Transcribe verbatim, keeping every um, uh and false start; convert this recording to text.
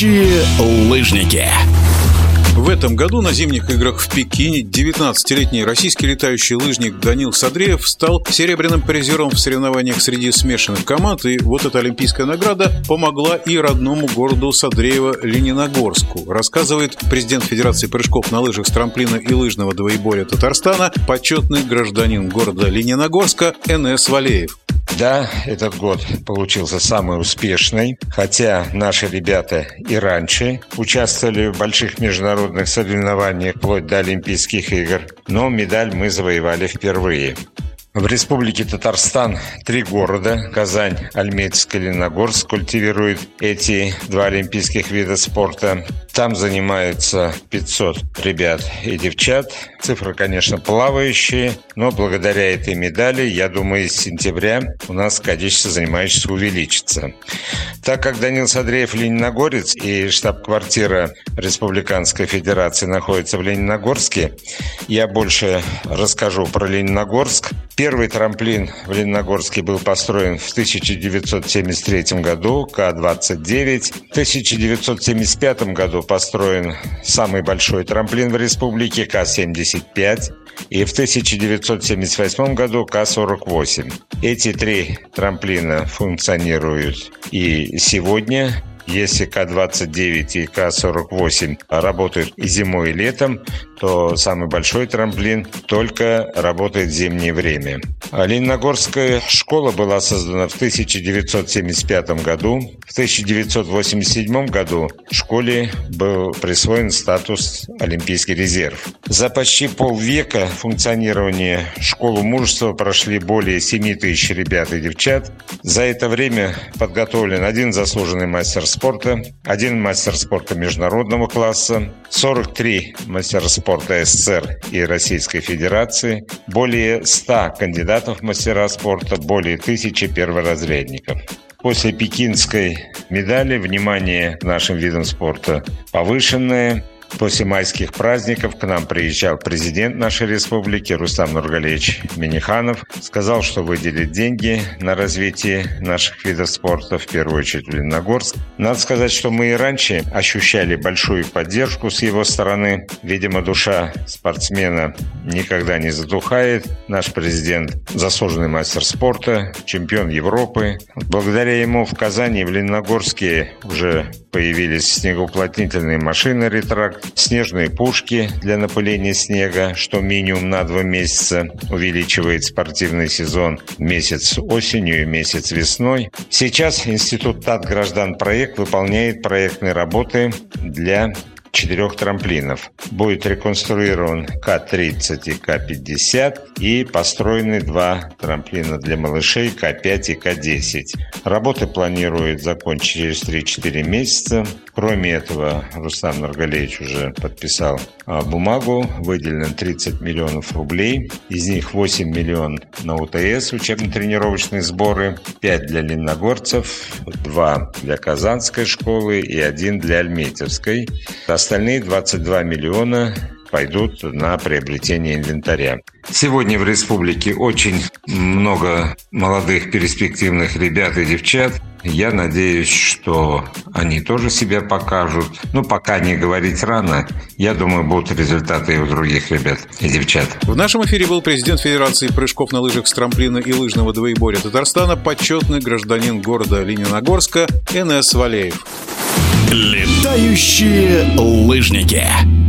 Летающие лыжники. В этом году на зимних играх в Пекине девятнадцатилетний российский летающий лыжник Данил Садреев стал серебряным призером в соревнованиях среди смешанных команд, и вот эта олимпийская награда помогла и родному городу Садреева Лениногорску, рассказывает президент Федерации прыжков на лыжах с трамплина и лыжного двоеборья Татарстана, почетный гражданин города Лениногорска Энес Валеев. Да, этот год получился самый успешный, хотя наши ребята и раньше участвовали в больших международных соревнованиях вплоть до Олимпийских игр, но медаль мы завоевали впервые. В Республике Татарстан три города – Казань, Альметьевск и Лениногорск – культивируют эти два олимпийских вида спорта. Там занимаются пятьсот ребят и девчат. Цифры, конечно, плавающие, но благодаря этой медали, я думаю, с сентября у нас количество занимающихся увеличится. Так как Данил Садреев лениногорец и штаб-квартира Республиканской Федерации находится в Лениногорске, я больше расскажу про Лениногорск. Первый трамплин в Лениногорске был построен в тысяча девятьсот семьдесят третьем году, Ка двадцать девять. В тысяча девятьсот семьдесят пятом году построен самый большой трамплин в республике, Ка семьдесят пять. И в тысяча девятьсот семьдесят восьмом году Ка сорок восемь. Эти три трамплина функционируют и сегодня. Если Ка двадцать девять и Ка сорок восемь работают и зимой, и летом, то самый большой трамплин только работает в зимнее время. Лениногорская школа была создана в тысяча девятьсот семьдесят пятом году. В тысяча девятьсот восемьдесят седьмом году школе был присвоен статус «Олимпийский резерв». За почти полвека функционирования школы мужества прошли более семь тысяч ребят и девчат. За это время подготовлен один заслуженный мастер спорта, один мастер спорта международного класса, сорок три мастера спорта СССР и Российской Федерации, более ста кандидатов в мастера спорта, более тысячи перворазрядников. После пекинской медали внимание к нашим видам спорта повышенное. После майских праздников к нам приезжал президент нашей республики Рустам Нургалиевич Минниханов. Сказал, что выделит деньги на развитие наших видов спорта, в первую очередь в Лениногорск. Надо сказать, что мы и раньше ощущали большую поддержку с его стороны. Видимо, душа спортсмена никогда не затухает. Наш президент – заслуженный мастер спорта, чемпион Европы. Благодаря ему в Казани и в Лениногорске уже появились снегоуплотнительные машины «Ретракт», снежные пушки для напыления снега, что минимум на два месяца увеличивает спортивный сезон, месяц осенью и месяц весной. Сейчас Институт Татгражданпроект выполняет проектные работы для четырех трамплинов. Будет реконструирован Ка тридцать и Ка пятьдесят и построены два трамплина для малышей Ка пять и Ка десять. Работы планируют закончить через три-четыре месяца. Кроме этого, Рустам Нургалиевич уже подписал бумагу, выделено тридцать миллионов рублей. Из них восемь миллионов на У Тэ Эс, учебно-тренировочные сборы, пять для лениногорцев, два для Казанской школы и один для Альметьевской. Остальные двадцать два миллиона пойдут на приобретение инвентаря. Сегодня в республике очень много молодых перспективных ребят и девчат. Я надеюсь, что они тоже себя покажут. Но пока не говорить рано. Я думаю, будут результаты и у других ребят и девчат. В нашем эфире был президент Федерации прыжков на лыжах с трамплина и лыжного двоеборья Татарстана, почетный гражданин города Лениногорска Энес Валеев. Летающие лыжники.